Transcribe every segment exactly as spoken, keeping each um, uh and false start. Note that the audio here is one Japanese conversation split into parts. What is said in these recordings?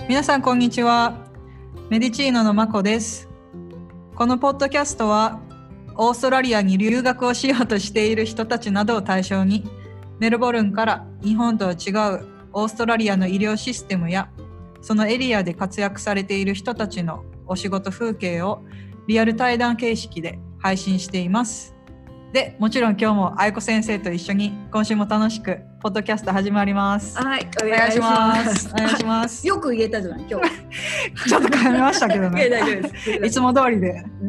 皆さんこんにちは。メディチーノのまこです。このポッドキャストはオーストラリアに留学をしようとしている人たちなどを対象に、メルボルンから日本とは違うオーストラリアの医療システムやそのエリアで活躍されている人たちのお仕事風景をリアル対談形式で配信しています。で、もちろん今日も愛子先生と一緒に今週も楽しくポッドキャスト始まります。 はい、 お願いします。お願いします。 よく言えたじゃない今日。 ちょっと噛みましたけどね。 大丈夫です。 いつも通りで、 うん、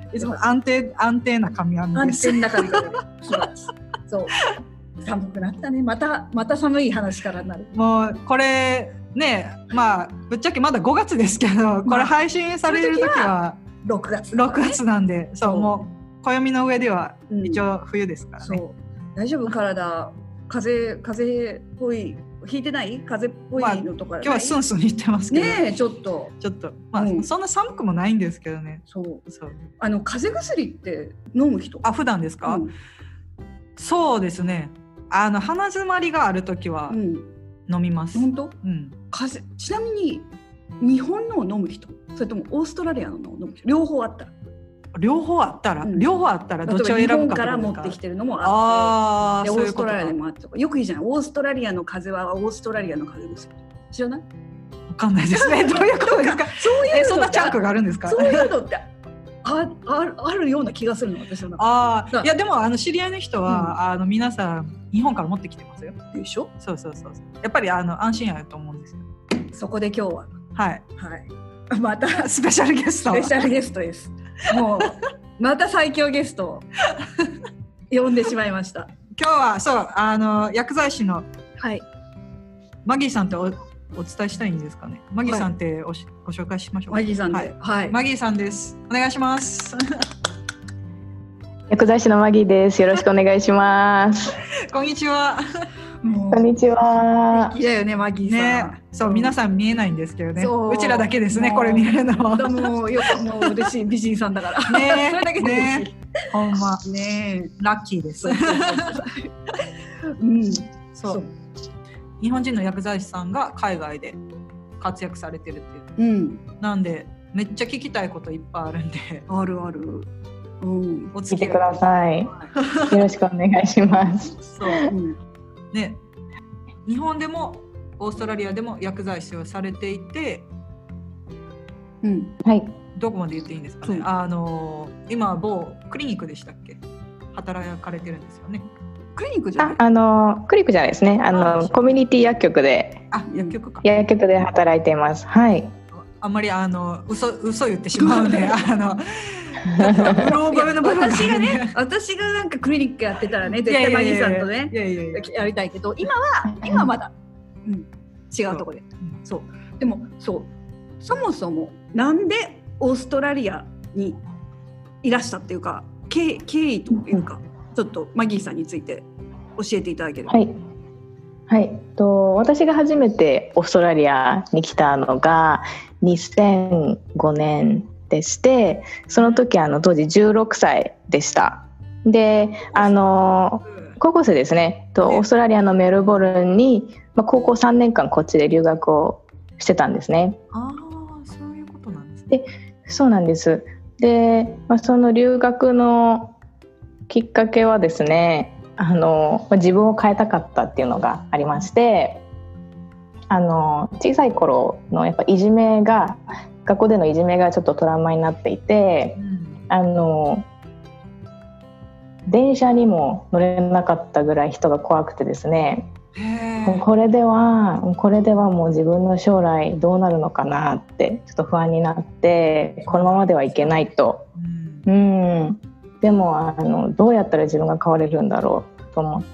いつも安定安定な噛み合いです。 安定な噛み合いです。そう。寒くなったね。またまた寒い話からなる。 もうこれね、まあぶっちゃけまだごがつですけど、これ配信される時はろくがつ、ね、 ろくがつなんで、そう、そうもう暦の上では一応冬ですからね。 うん、そう大丈夫体風邪風邪っぽい引いてない風邪っぽいのとか、まあ、 今日はスンスン言ってますけどねえちょっとちょっとまあ、うん、そんな寒くもないんですけどね。 そうそうあの風邪薬って飲む人あ普段ですか、うん、そうですねあの鼻詰まりがあるときは飲みます、 うん、本当、 うん、 風ちなみに日本のを飲む人それともオーストラリアのを飲む人両方あったら両方あったら、うん、両方あったらどっちを選ぶかとか。日本から持ってきてるのもあって、あでオーストラリアでもあってとかよくいいじゃない。オーストラリアの風邪はオーストラリアの風邪ですよ。知らない？ わかんないですね。どういうことですか？ そういうのそんなチャンクがあるんですか？ そういうのってあ あ, あるような気がするの私の。 ああいやでもあの知り合いの人は、うん、あの皆さん日本から持ってきてますよ。 でしょ？ そうそうそうやっぱりあの安心やと思うんですよ。 そこで今日ははいはいまたスペシャルゲストスペシャルゲストです。もう。また最強ゲストを呼んでしまいました。 今日はそうあの薬剤師のはいマギーさんって お, お伝えしたいんですかね。マギーさんっておし、はい、ご紹介しましょう。 マギーさんで、 はいはい、マギーさんです。お願いします。 薬剤師のマギーです。よろしくお願いします。 こんにちは。 こんにちは。 素敵だよねマギーさん、 ね、そう皆さん見えないんですけどね。うちらだけですねこれ見れるのは。 もうよくもう嬉しい美人さんだから。 ねそれだけで嬉しい。 ねほんまねラッキーです。 うんそうそう日本人の薬剤師さんが海外で活躍されてるっていう、うん、なんでめっちゃ聞きたいこといっぱいあるんで。 あるある。 うん、お付き合い聞いてください。よろしくお願いします。 そう、うんね、日本でもオーストラリアでも薬剤師をされていて、 うんはい、 どこまで言っていいんですかね。あの今某クリニックでしたっけ働かれてるんですよね。 クリニックじゃない？ あ、あのクリニックじゃないですね。あのあコミュニティ薬局であ薬局か薬局で働いています。はい。 あんまりあの嘘嘘言ってしまうんであの私がね、私がなんかクリニックやってたらね、絶対マギーさんとね、やりたいけど、今は今はまだ、うん、違うところで、そう。でもそう、そもそもなんでオーストラリアにいらしたっていうか、経, 経緯というか、ちょっとマギーさんについて教えていただければ。 はい。はい。と私が初めてオーストラリアに来たのがにせんごねん。でしてその時あの当時じゅうろくさいでした。であの高校生ですねとオーストラリアのメルボルンに、まあ、高校さんねんかんこっちで留学をしてたんですね。 ああそういうことなんですね。 でそうなんですで、まあ、その留学のきっかけはですねあの、まあ、自分を変えたかったっていうのがありましてあの小さい頃のやっぱいじめが学校でのいじめがちょっとトラウマになっていて、うん、あの電車にも乗れなかったぐらい人が怖くてですねこれではこれではもう自分の将来どうなるのかなってちょっと不安になってこのままではいけないと、うん、うんでもあのどうやったら自分が変われるんだろうと思って、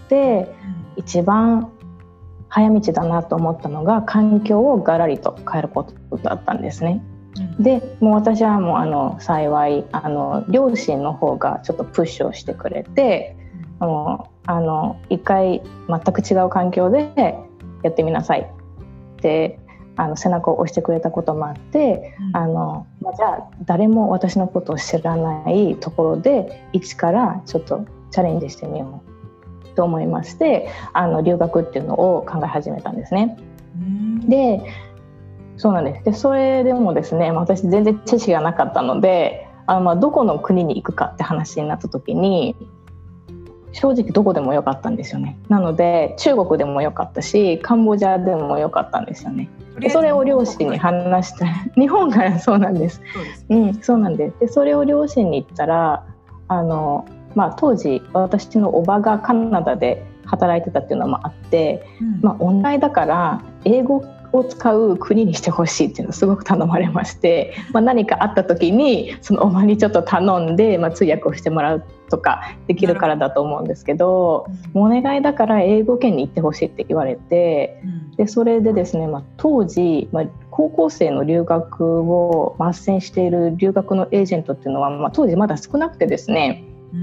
うん、一番早道だなと思ったのが環境をガラリと変えることだったんですね。でもう私はもうあの幸いあの両親の方がちょっとプッシュをしてくれて、うん、もうあの一回全く違う環境でやってみなさいってあの背中を押してくれたこともあって、うん、あのまあ、じゃあ誰も私のことを知らないところで一からちょっとチャレンジしてみようと思いましてあの留学っていうのを考え始めたんですね。うん、でそうなんです。でそれでもですね、私全然知識がなかったので、あのまあどこの国に行くかって話になった時に、正直どこでもよかったんですよね。なので中国でもよかったし、カンボジアでもよかったんですよね。でそれを両親に話して日本からそうなんです。そうです、うん、そうなんです。でそれを両親に言ったら、あの、まあ、当時私のおばがカナダで働いてたっていうのもあって、うんまあ、オンラインだから英語を使う国にしてほしいっていうのをすごく頼まれまして、まあ、何かあった時にそのおばにちょっと頼んで、まあ、通訳をしてもらうとかできるからだと思うんですけど、うん、お願いだから英語圏に行ってほしいって言われて、うん、でそれでですね、まあ、当時、まあ、高校生の留学を斡旋している留学のエージェントっていうのは、まあ、当時まだ少なくてですね、うん、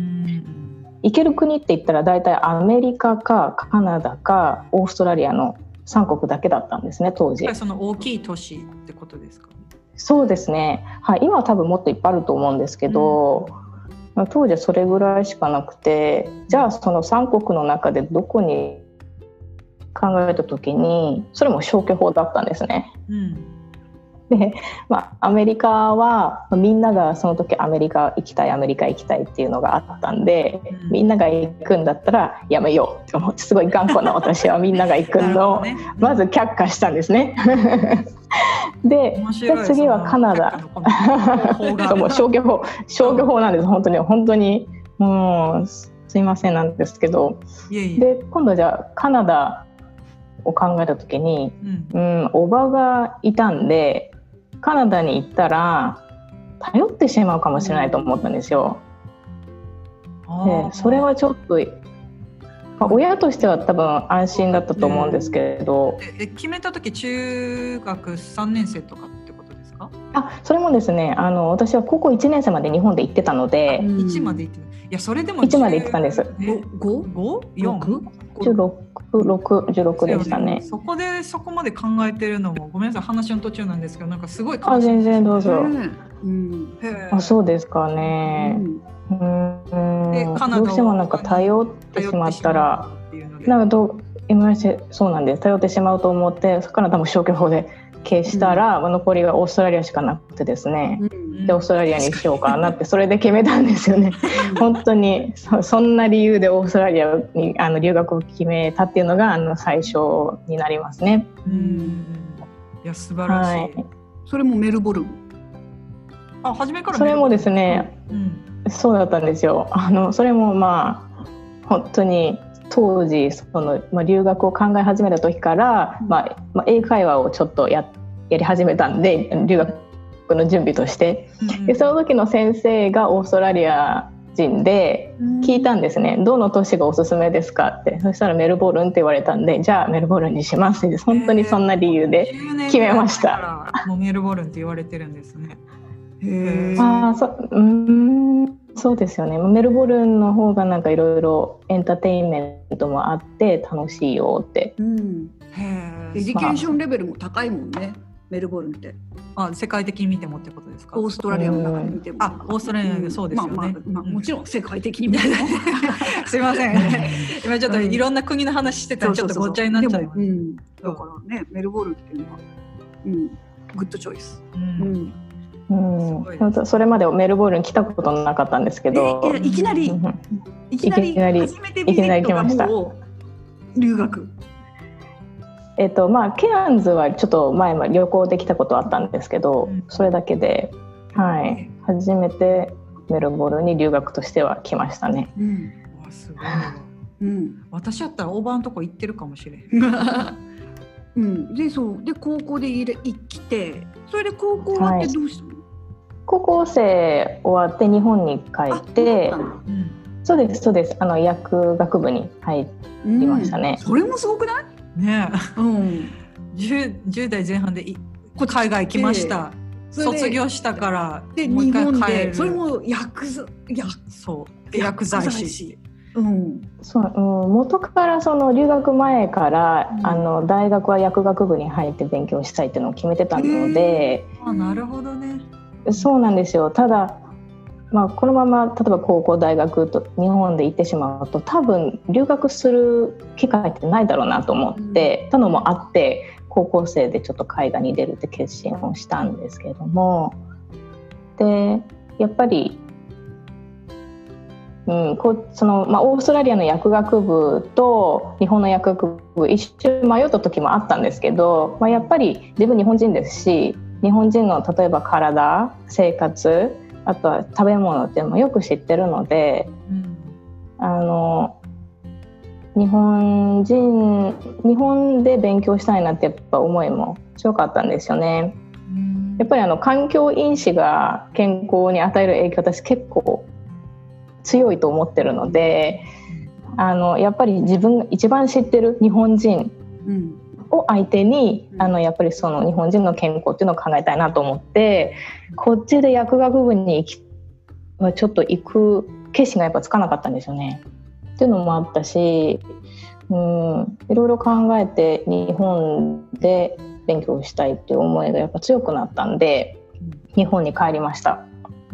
行ける国って言ったら大体アメリカかカナダかオーストラリアのさんこくだけだったんですね、当時。 その大きい都市ってことですか？ そうですね、はい、今は多分もっといっぱいあると思うんですけど、うん、当時はそれぐらいしかなくて、じゃあそのさんこくの中でどこに考えた時にそれも消去法だったんですね、うんでまあ、アメリカはみんながその時アメリカ行きたいアメリカ行きたいっていうのがあったんで、うん、みんなが行くんだったらやめようって思って、すごい頑固な私はみんなが行くのを、ねうん、まず却下したんですねで, で次はカナダそうもう消去法消去法なんです。本当に本当にもうすいませんなんですけど、いえいえで今度じゃあカナダを考えた時に、うんうん、おばがいたんでカナダに行ったら頼ってしまうかもしれないと思ったんですよ。でそれはちょっと、まあ、親としては多分安心だったと思うんですけど、 え決めた時中学さんねん生とかってことですか？ あ、それもですね、あの私は高校いちねん生まで日本で行ってたので、 いちまで行ってた。いやそれでもいちまで行ってたんです。 ご、ご、よん、 じゅうろく、ろく、じゅうろくでしたね。 そこでそこまで考えてるのもごめんなさい、話の途中なんですけど、なんかすごい感心。あ、全然どうぞ。うん、あ、そうですかね。うん、うんでカナダどうしてもなんか頼ってしまったら、なんかどう今そうなんです。頼ってしまうと思ってカナダも消去法で消したら、うん、残りがオーストラリアしかなくてですね、うん、でオーストラリアにしようかなってそれで決めたんですよね本当に そ, そんな理由でオーストラリアにあの留学を決めたっていうのがあの最初になりますね。うん、 いや素晴らしい、はい、 それもメルボルン。 あ、初めからそれもですね、うん、そうだったんですよ。あのそれもまあ本当に当時その、まあ、留学を考え始めた時から、うんまあまあ、英会話をちょっと や, やり始めたんで留学の準備として、うん、でその時の先生がオーストラリア人で聞いたんですね、うん、どの都市がおすすめですかって。そしたらメルボルンって言われたんで、じゃあメルボルンにしますって本当にそんな理由で決めました。 もうメルボルンって言われてるんですね。 へあそうんそうですよね。メルボルンの方がなんかいろいろエンターテインメントもあって楽しいよって、うん、 へエデュケーションレベルも高いもんね、メルボルンって。 あ、世界的に見てもってことですか？ オーストラリアの中で見ても。 あ、オーストラリアでそうですよね、 まあまあまあ、もちろん世界的に見てもすいません今ちょっといろんな国の話してたらちょっとごっちゃになっちゃいます。 だからね、メルボルンっていうのは、うん、グッドチョイス、うんうんうん、それまでメルボルン来たことなかったんですけど、 い, いきなりいきなり初めてビジットがもう留学。 えっとまあ、ケアンズはちょっと前も旅行できたことあったんですけど、うん、それだけで、はい、初めてメルボルンに留学としては来ましたね。うん、 わすごい、うん、私やったらオーバーのとこ行ってるかもしれんうん、でそうで高校で行きて、それで高校終わってどうしたの？はい、 高校生終わって日本に帰って、うん、そうですそうです、あの薬学部に入りましたね。 うん、それもすごくない？ ねえ、うん、10, じゅう代前半で海外来ました、卒業したからでもう一回帰る。それも薬そう薬剤師、 うん、そう、うん、元からその留学前から、うん、あの大学は薬学部に入って勉強したいっていうのを決めてたので。 あ、なるほどね。 そうなんですよ。ただまあ、このまま例えば高校大学と日本で行ってしまうと多分留学する機会ってないだろうなと思ってたのもあって、高校生でちょっと海外に出るって決心をしたんですけれども、でやっぱり、うん、こうそのまあ、オーストラリアの薬学部と日本の薬学部一瞬迷った時もあったんですけど、まあ、やっぱり自分日本人ですし、日本人の例えば体、生活、あとは食べ物っていうのもよく知ってるので、うん、あの日本人日本で勉強したいなってやっぱ思いも強かったんですよね。うん、やっぱりあの環境因子が健康に与える影響、私結構強いと思ってるので、あのやっぱり自分が一番知ってる日本人を相手に、うん、あのやっぱりその日本人の健康っていうのを考えたいなと思って、こっちで薬学部に行きちょっと行く決心がやっぱつかなかったんですよねっていうのもあったし、うん、いろいろ考えて日本で勉強したいっていう思いがやっぱ強くなったんで、日本に帰りました。 うん、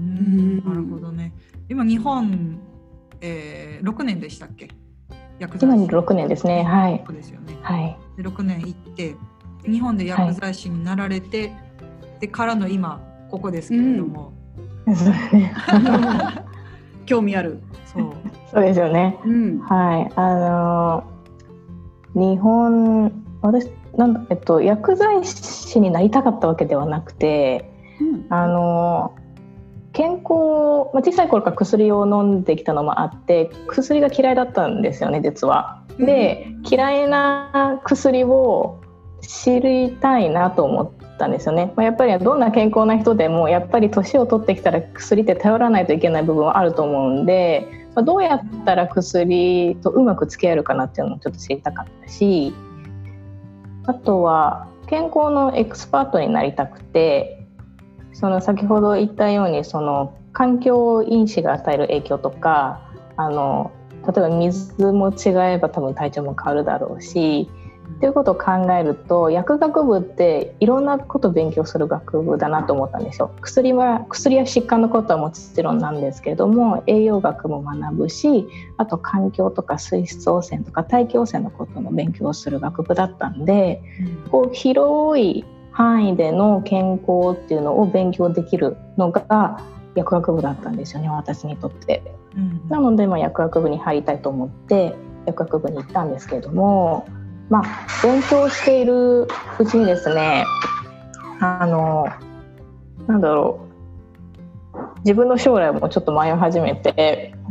なるほどね。今日本、えー、ろくねんでしたっけ？薬剤師。 今ろくねんですね。はい。 そうですよね。 はい。 でろくねん行って日本で薬剤師になられて、はい、でからの今ここですけれども、 うん、そうね、 興味ある。 そうそうですよね。うん、はい。あの日本私なんだえっと薬剤師になりたかったわけではなくて、うん、あの健康、まあ、小さい頃から薬を飲んできたのもあって薬が嫌いだったんですよね、実は。で、うん、嫌いな薬を知りたいなと思ったんですよね。まあ、やっぱりどんな健康な人でもやっぱり年を取ってきたら薬って頼らないといけない部分はあると思うんで、まあ、どうやったら薬とうまく付き合えるかなっていうのをちょっと知りたかったし、あとは健康のエキスパートになりたくて、その先ほど言ったようにその環境因子が与える影響とか、あの例えば水も違えば多分体調も変わるだろうしっていうことを考えると、薬学部っていろんなことを勉強する学部だなと思ったんですよ。薬は薬や疾患のことはもちろんなんですけれども、栄養学も学ぶし、あと環境とか水質汚染とか大気汚染のことの勉強をする学部だったんで、うん、こう広い範囲での健康っていうのを勉強できるのが薬学部だったんですよね、私にとって。うん、なので、まあ、薬学部に入りたいと思って薬学部に行ったんですけれども、まあ、勉強しているうちにですね、あのなんだろう、自分の将来もちょっと迷い始めて、うん、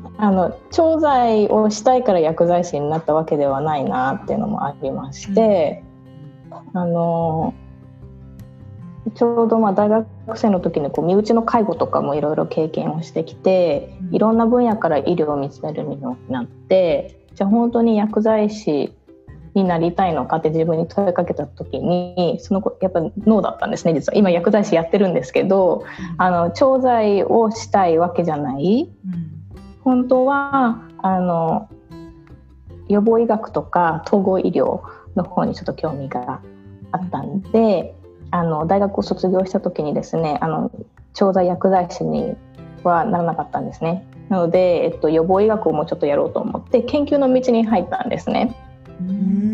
あの調剤をしたいから薬剤師になったわけではないなっていうのもありまして、うん、あのちょうどまあ大学生の時にこう身内の介護とかもいろいろ経験をしてきて、いろんな分野から医療を見つめるようになって、じゃあ本当に薬剤師になりたいのかって自分に問いかけた時に、そのやっぱノーだったんですね。実は今薬剤師やってるんですけど、うん、あの調剤をしたいわけじゃない、うん、本当はあの予防医学とか統合医療の方にちょっと興味があったんで、あの大学を卒業した時にですね、あの調剤薬剤師にはならなかったんですね。なので、えっと、予防医学をもうちょっとやろうと思って研究の道に入ったんですね。 うん、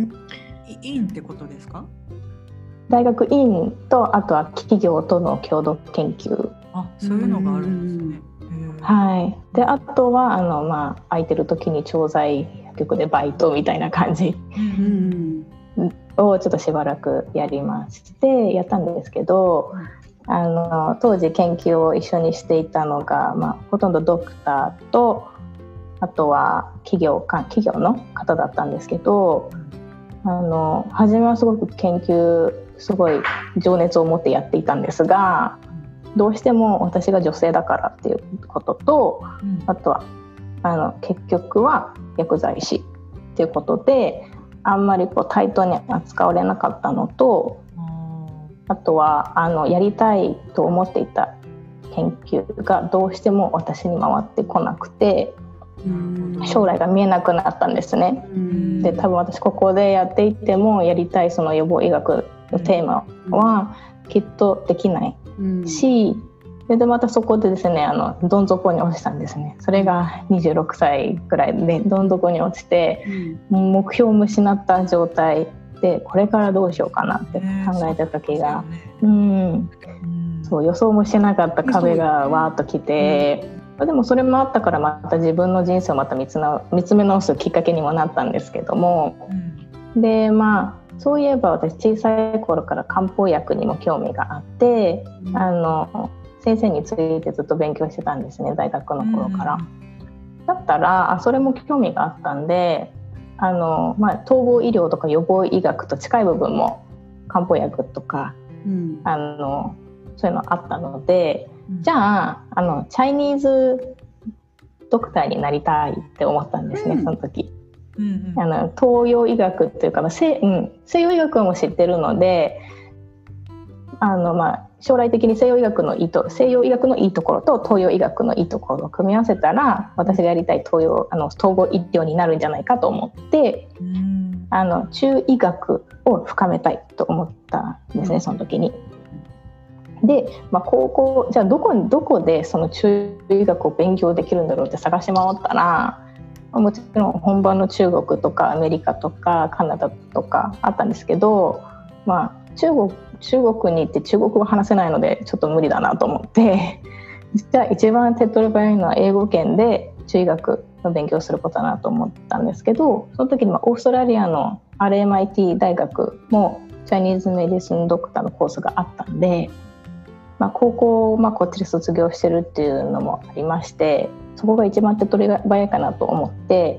院ってことですか？ 大学院と、あとは企業との共同研究。 あ、そういうのがあるんですね。 はい。で、あとはあの、まあ、空いてる時に調剤薬局でバイトみたいな感じ、うんをちょっとしばらくやりましてやったんですけど、あの当時研究を一緒にしていたのが、まあ、ほとんどドクターと、あとは企業か企業の方だったんですけど、あの初めはすごく研究すごい情熱を持ってやっていたんですが、どうしても私が女性だからっていうことと、うん、あとはあの結局は薬剤師っていうことであんまりこう対等に扱われなかったのと、あとはあのやりたいと思っていた研究がどうしても私に回ってこなくて、将来が見えなくなったんですね。で、多分私ここでやっていてもやりたいその予防医学のテーマはきっとできないし、 それでまたそこでですね、あのどん底に落ちたんですね。それがにじゅうろくさいぐらいでどん底に落ちて、うん、目標も失った状態で、これからどうしようかなって考えた時が、う、ね、うんうん、そう予想もしてなかった壁がわーっと来て、うん、でもそれもあったからまた自分の人生をまた見つな見つめ直すきっかけにもなったんですけども、うん、でまあそういえば私小さい頃から漢方薬にも興味があって、うん、あの先生についてずっと勉強してたんですね、大学の頃から、うん、だったらあそれも興味があったんで、あの、まあ、統合医療とか予防医学と近い部分も漢方薬とか、うん、あのそういうのあったので、うん、じゃあ、あのチャイニーズドクターになりたいって思ったんですね、うん、その時、うんうん、あの東洋医学というか西、うん、西洋医学も知ってるので、あの、まあ、将来的に西洋医学のいいと西洋医学のいいところと東洋医学のいいところを組み合わせたら、私がやりたい東洋あの統合医療になるんじゃないかと思って、うん、あの中医学を深めたいと思ったんですね、その時に。で、まあ、高校じゃあどこにどこでその中医学を勉強できるんだろうって探し回ったら、もちろん本場の中国とかアメリカとかカナダとかあったんですけど、まあ、中国中国に行って中国語話せないのでちょっと無理だなと思って、じゃあ一番手っ取り早いのは英語圏で中医学の勉強することだなと思ったんですけど、その時にオーストラリアの アールエムアイティー 大学もチャイニーズメディスンドクターのコースがあったんで、まあ、高校をまあこっちで卒業してるっていうのもありまして、そこが一番手っ取り早いかなと思って、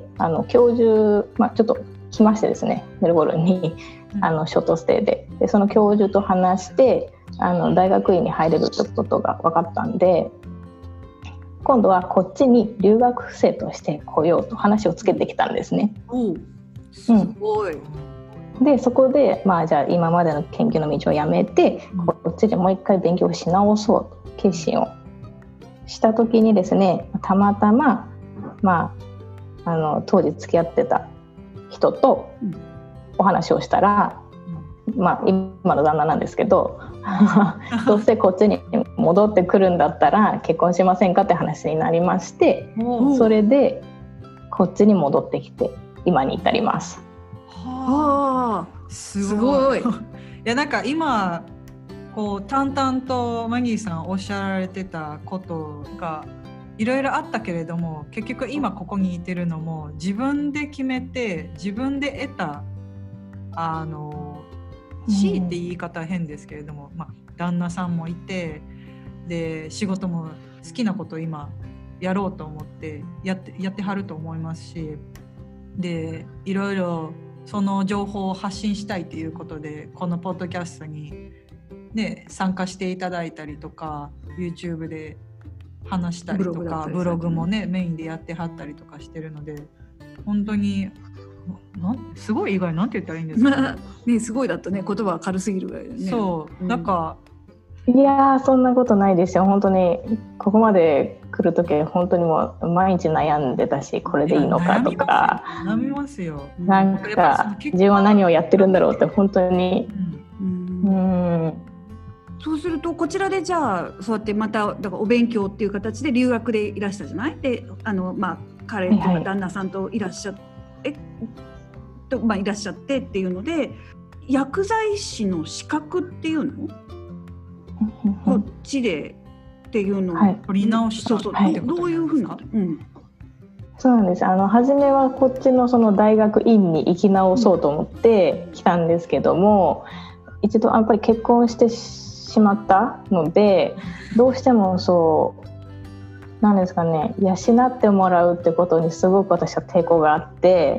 あの教授、まあ、ちょっと来ましてですね、メルボルンにあのショートステイ で, でその教授と話して、あの大学院に入れるってことが分かったんで、今度はこっちに留学生として来ようと話をつけてきたんですね。 おすごい、 うん、でそこで、まあ、じゃあ今までの研究の道をやめて、うん、こっちでもう一回勉強し直そうと決心をした時にですね、たまたま、まあ、あの当時付き合ってた人とお話をしたら、うん、まあ、今の旦那なんですけどどうせこっちに戻ってくるんだったら結婚しませんかって話になりまして、それでこっちに戻ってきて今に至ります。 はあ、すごい。いや、なんか今こう淡々とマギーさんおっしゃられてたことがいろいろあったけれども、結局今ここにいてるのも自分で決めて自分で得た、あの地位って言い方は変ですけれども、まあ、旦那さんもいて、で仕事も好きなことを今やろうと思ってやって、やってはると思いますし、でいろいろその情報を発信したいということでこのポッドキャストに、ね、参加していただいたりとか YouTube で話したりとかブログもねメインでやってはったりとかしてるので、本当になんすごい以外なんて言ったらいいんですかね。 ね、すごいだったね、言葉は軽すぎるぐらいだね。 そう、なんか、 うん、いやそんなことないですよ。本当にここまで来るとき本当にもう毎日悩んでたし、これでいいのかとか、 悩みますよ。 なんか自分は何をやってるんだろうって本当に、うんうんうん、 そうするとこちらでじゃあそうやってまただからお勉強っていう形で留学でいらしたじゃない。であの、まあ、彼とか旦那さんといらっしゃって、はいとまあ、いらっしゃってっていうので、薬剤師の資格っていうのこっちでっていうのを、はい、 取り直した。そうそう、 はい、どういうふうな、うん、 そうなんです。あの初めはこっちのその大学院に行き直そうと思って来たんですけども、一度やっぱり結婚してしまったので、どうしてもそうなんですかね、養ってもらうってことにすごく私は抵抗があって、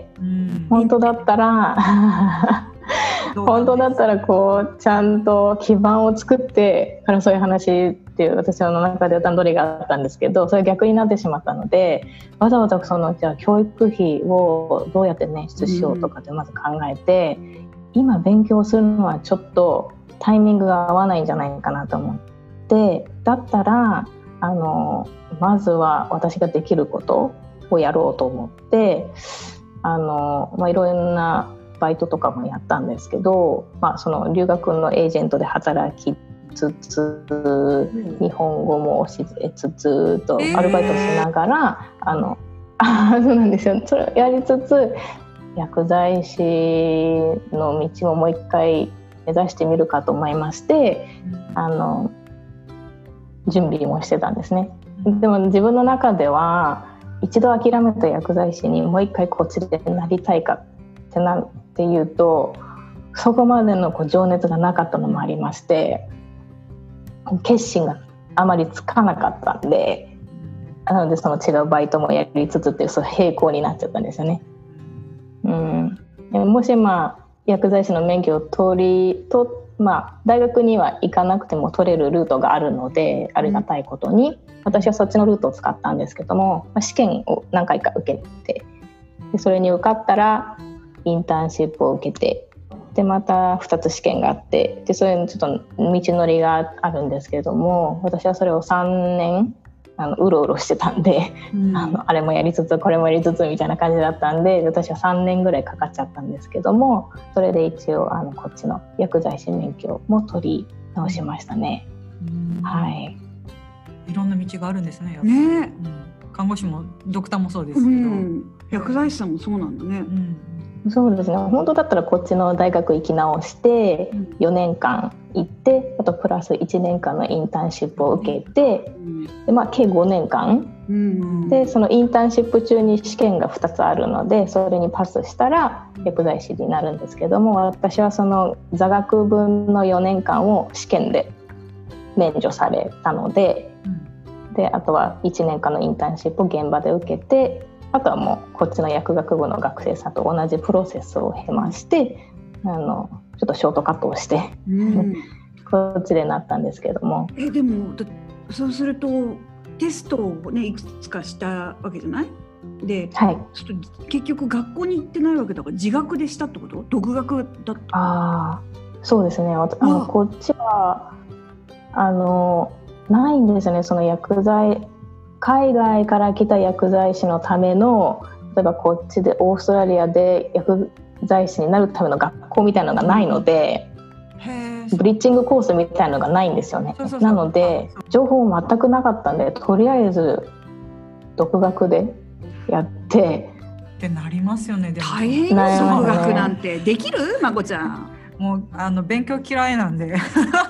うん、本当だったら本当だったらこうちゃんと基盤を作ってからそういう話っていう私の中では段取りがあったんですけど、それ逆になってしまったので、わざわざそのじゃあ教育費をどうやって捻出しようとかってまず考えて、うん、今勉強するのはちょっとタイミングが合わないんじゃないかなと思って、だったらあのまずは私ができることをやろうと思って、あの、まあ、いろんなバイトとかもやったんですけど、まあ、その留学のエージェントで働きつつ、うん、日本語も教えつつとアルバイトしながら、えー、あのあそうなんですよ。それをやりつつ薬剤師の道ももう一回目指してみるかと思いまして、うん、あの準備もしてたんですね。でも自分の中では一度諦めた薬剤師にもう一回こっちでなりたいかってなっていうと、そこまでのこう情熱がなかったのもありまして、決心があまりつかなかったんで、なのでその違うバイトもやりつつっていう、そう並行になっちゃったんですよね。うん、もしまあ薬剤師の免許を取りと、まあ、大学には行かなくても取れるルートがあるので、ありがたいことに私はそっちのルートを使ったんですけども、まあ、試験を何回か受けて、でそれに受かったらインターンシップを受けて、でまたふたつ試験があって、でそういうちょっと道のりがあるんですけれども、私はそれをさんねんあのうろうろしてたんで、うん、あのあれもやりつつこれもやりつつみたいな感じだったんで、私はさんねんぐらいかかっちゃったんですけども、それで一応あのこっちの薬剤師免許も取り直しましたね。 うん、 はい、 いろんな道があるんですね。やっぱね、 うん、看護師もドクターもそうですけど、うん、 薬剤師さんもそうなんだね。 うん、そうですね。本当だったらこっちの大学行き直してよねんかん行って、あとプラスいちねんかんのインターンシップを受けて、で、まあ、計ごねんかん、うん、でそのインターンシップ中に試験がふたつあるので、それにパスしたら薬剤師になるんですけども、私はその座学分のよねんかんを試験で免除されたので、うん、であとはいちねんかんのインターンシップを現場で受けて、あとはもうこっちの薬学部の学生さんと同じプロセスを経まして、あのちょっとショートカットをして、うん、こっちでなったんですけども。 えでもそうするとテストを、ね、いくつかしたわけじゃないで、はい、ちょっと結局学校に行ってないわけだから自学でしたってこと？独学だった？ あそうですね。あのこっちはあのないんですよね。その薬剤海外から来た薬剤師のための、例えばこっちでオーストラリアで薬剤師になるための学校みたいなのがないので、ブリッジングコースみたいなのがないんですよね。そうそうそう、なので情報も全くなかったんで、とりあえず独学でやってってなりますよね。でも大変よ、独学なんてできる？まこちゃんもうあの勉強嫌いなんで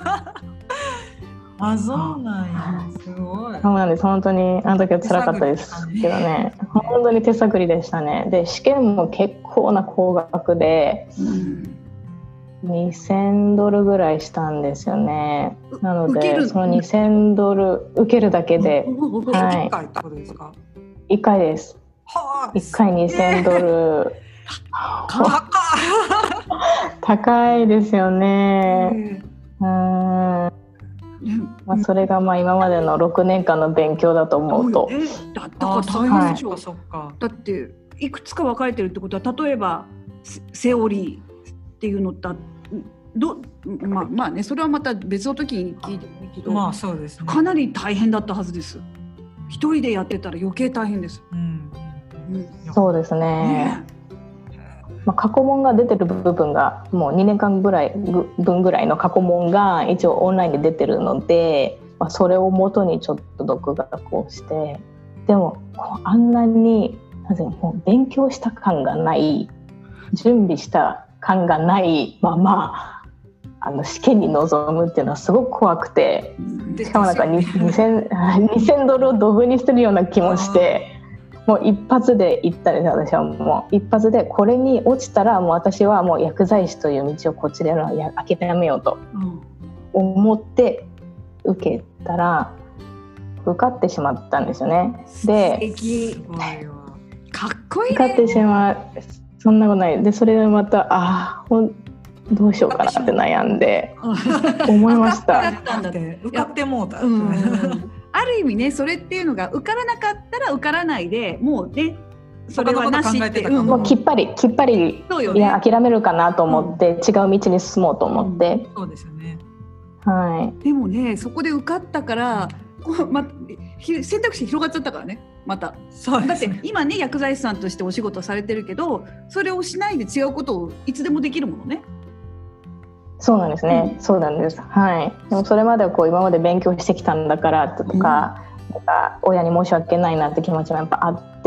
あ、そうなんや。すごい。 そうなんです。本当にあの時は辛かったですけどね。本当に手探りでしたね。で試験も結構な高額で、うん、にせんドルぐらいしたんですよね。なのでそのにせんドル受けるだけで、 はい、いっかいってことですか？ いっかいです。はあ、いっかいにせんドル。 高高いですよね。うん。まあ、それがまあ今までのろくねんかんの勉強だと思うと、 だったから大変でしょ、はい、だっていくつか分かれてるってことは、例えばセオリーっていうのだど、まあ、まあね、それはまた別の時に聞いてもいいけど、 まあそうですね、 かなり大変だったはずです。一人でやってたら余計大変です、うんうん、そうですね、ね、まあ、過去問が出てる部分がもうにねんかんぐらい分ぐらいの過去問が一応オンラインで出てるので、まあ、それを元にちょっと独学をして、でもこうあんなになぜもう勉強した感がない、準備した感がないままあの試験に臨むっていうのはすごく怖くて、しかもなんかにせんドルをドブにしてるような気もして、もう一発で行ったんですよ。私はもう一発でこれに落ちたらもう私はもう薬剤師という道をこっちでやるのを諦めようと思って受けたら受かってしまったんですよね。で、 かっこいいね。 受かってしまう、そんなことないで、それでまたあほんどうしようかなって悩んで思いました。 受かってもうた、 うん、ある意味ね、それっていうのが受からなかったら受からないでもうね、それはなしって、うん、 もうきっぱりきっぱり、ね、いや諦めるかなと思って、うん、違う道に進もうと思って、 うん、そうですよね、 はい、 でもね、そこで受かったからこう、ま、選択肢広がっちゃったからね、また。そうですね、だって今ね薬剤師さんとしてお仕事されてるけど、それをしないで違うことをいつでもできるものね。 そうなんですね、うん、そうなんです、はい、でもそれまではこう今まで勉強してきたんだからとか、うん、なんか親に申し訳ないなって気持ちもやっぱあって、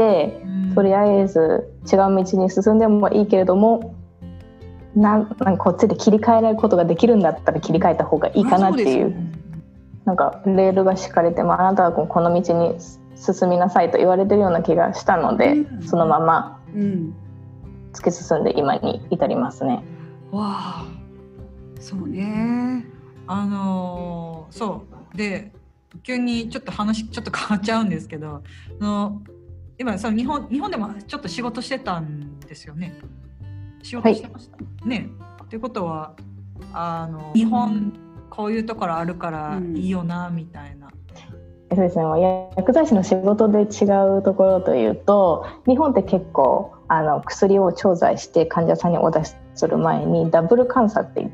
うん、とりあえず違う道に進んでもいいけれどもななんかこっちで切り替えられることができるんだったら切り替えた方がいいかなっていう、なんかレールが敷かれてもあなたはこの道に進みなさいと言われてるような気がしたので、うん、そのまま突き進んで今に至りますね。 わあ、そうね。 あのー、そうで急にちょっと話ちょっと変わっちゃうんですけど、あの今その日本日本でもちょっと仕事してたんですよね。仕事してました、はい、ね。っていうことはあの日本こういうところあるからいいよな、うん、みたいな。 そうですね、薬剤師の仕事で違うところというと、日本って結構あの薬を調剤して患者さんにお出しする前にダブル監査っていって、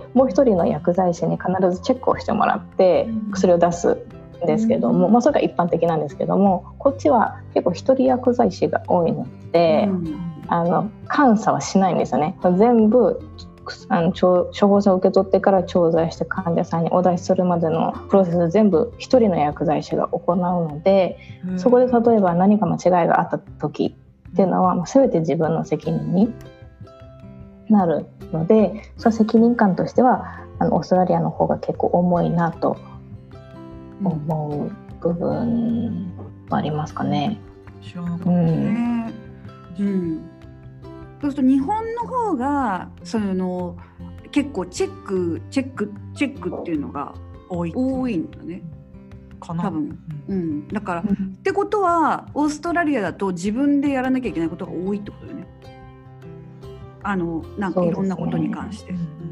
もう一人の薬剤師に必ずチェックをしてもらって薬を出すんですけども、うん、まあ、それが一般的なんですけども、こっちは結構一人薬剤師が多いので、うん、あの監査はしないんですよね。全部あの処方箋を受け取ってから調剤して患者さんにお出しするまでのプロセス全部一人の薬剤師が行うので、うん、そこで例えば何か間違いがあった時っていうのは、うん、全て自分の責任になるので、その責任感としてはあのオーストラリアの方が結構重いなと思う部分はありますかね。 知らなかったね。うんうん、そうすると日本の方がその結構チェックチェックチェックっていうのが多い多いんだね。かな多分、うんうん、だから、うん、ってことはオーストラリアだと自分でやらなきゃいけないことが多いってことだよね。あのなんかいろんなことに関して。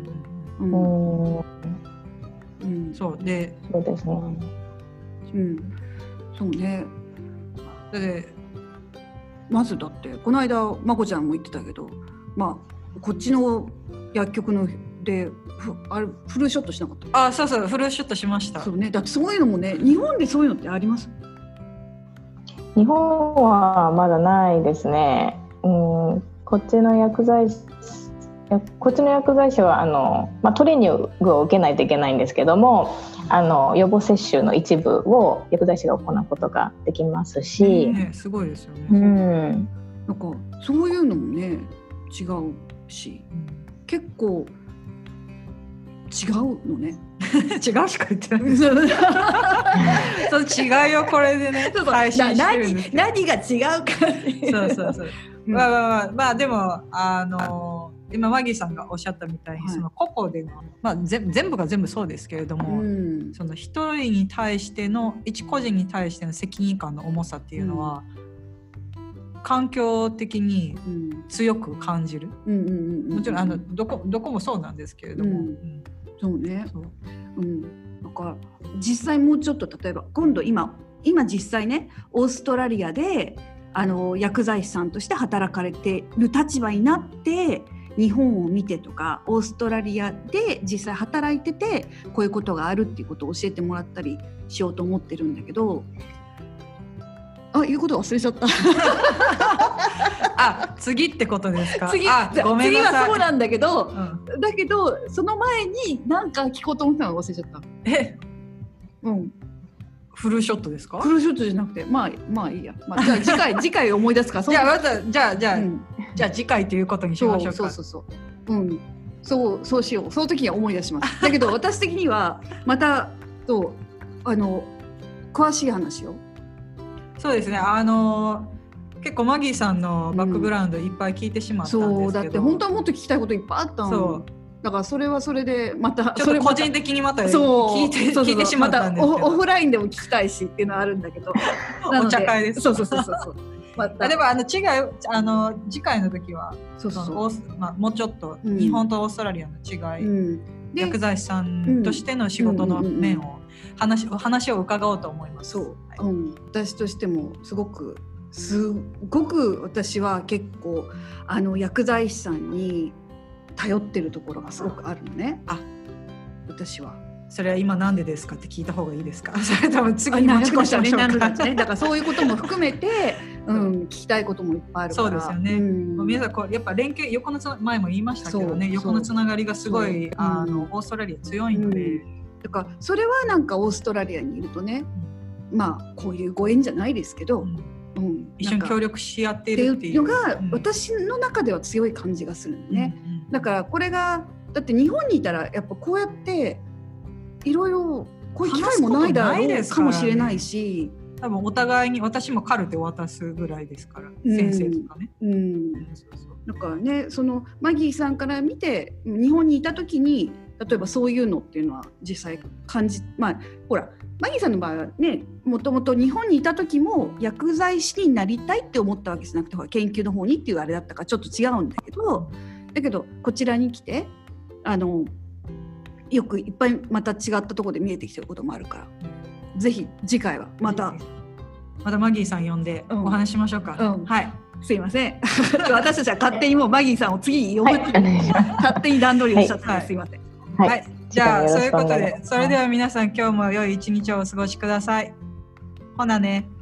そうで、 そうですね。 うん、そうね。で、まずだってこの間まこちゃんも言ってたけど、まあこっちの薬局のであれフルショットしなかった？ あ、そうそう、フルショットしました。 そうね。だってそういうのもね、日本でそういうのってあります？ 日本はまだないですね。うん、こっちの薬剤師こっちの薬剤師はあの、まあ、トレーニングを受けないといけないんですけども、あの予防接種の一部を薬剤師が行うことができますし、 ね、すごいですよね。 うん、 なんかそういうのもね違うし、うん、結構違うのね。 違うしか言ってないその違いをこれでね配信してるんですけど、 何、何が違うかそうそうそう、うん、まあまあまあ、まあ、でもあの今マギーさんがおっしゃったみたいに、はい、その個々での、まあ、全部が全部そうですけれども、うん、その一人に対しての一個人に対しての責任感の重さっていうのは、うん、環境的に強く感じる、うんうんうんうん、もちろんあのどこ、どこもそうなんですけれども、うんうん、 そうね。そう、うん、だから実際もうちょっと例えば今度今今実際ねオーストラリアであの薬剤師さんとして働かれてる立場になって日本を見てとかオーストラリアで実際働いててこういうことがあるっていうことを教えてもらったりしようと思ってるんだけど、あ、言うこと忘れちゃったあ、次ってことですか？ 次、 あ、ごめんなさい。 次はそうなんだけど、うん、だけどその前に何か聞こうと思ったの忘れちゃった。 え、 うん、 フルショットですか？ フルショットじゃなくて、まあまあいいや。まあ、じゃあ次回次回思い出すから。 じゃあまたじゃあじゃあ、うん、じゃあ次回ということにしましょうか。 そうそうそうそう。うん。そうそうしよう。その時には思い出します。だけど私的にはまたとあの詳しい話を。 そうですね。あの結構マギーさんのバックグラウンドいっぱい聞いてしまったんですけど、 うん、そうだって本当はもっと聞きたいこといっぱいあったの。そうだからそれはそれでまたちょっと個人的にまた聞いて、そうそうそう、聞いてしまったんですけど、 また オ, オフラインでも聞きたいしっていうのはあるんだけどお茶会です。 そうそうそうそうまたでもあの違いあの次回の時はそうそうそう、まあ、もうちょっと日本とオーストラリアの違い、うん、薬剤師さんとしての仕事の面を話、話を伺おうと思います。 そう、はい、うん、私としてもすごくすごく私は結構あの薬剤師さんに頼ってるところがすごくあるのね。あ、私はそれは今なんでですかって聞いた方がいいですか？それ多分次に持ち越しましょうか。 ね、だからそういうことも含めてうん、聞きたいこともいっぱいあるから。 そうですよね、うん、皆さんこうやっぱ連携横のつな前も言いましたけどね、横のつながりがすごいあの、うん、オーストラリア強いので、うん、 だからそれはなんかオーストラリアにいるとね、うん、まあこういうご縁じゃないですけど、うんうん、一緒に協力し合っているっていうのが私の中では強い感じがするのね、うんうん、だからこれがだって日本にいたらやっぱこうやっていろいろこういう機会もないだろうかもしれないし、 多分お互いに私もカルテ渡すぐらいですから、うん、先生とかね、うんうん、 そうそうだからねそのマギーさんから見て日本にいた時に例えばそういうのっていうのは実際感じまあほらマギーさんの場合はねもともと日本にいた時も薬剤師になりたいって思ったわけじゃなくてほら研究の方にっていうあれだったからちょっと違うんだけどだけどこちらに来てあのよくいっぱいまた違ったところで見えてきてることもあるからぜひ次回はまたまたマギーさん呼んでお話しましょうか、 うんうん、はいすいません私たちは勝手にもうマギーさんを次に呼ぶっていう、はい、勝手に段取りをしちゃって、はい、すいませんはい、はい、じゃあそういうことでそれでは皆さん今日も良い一日をお過ごしください。ほなね。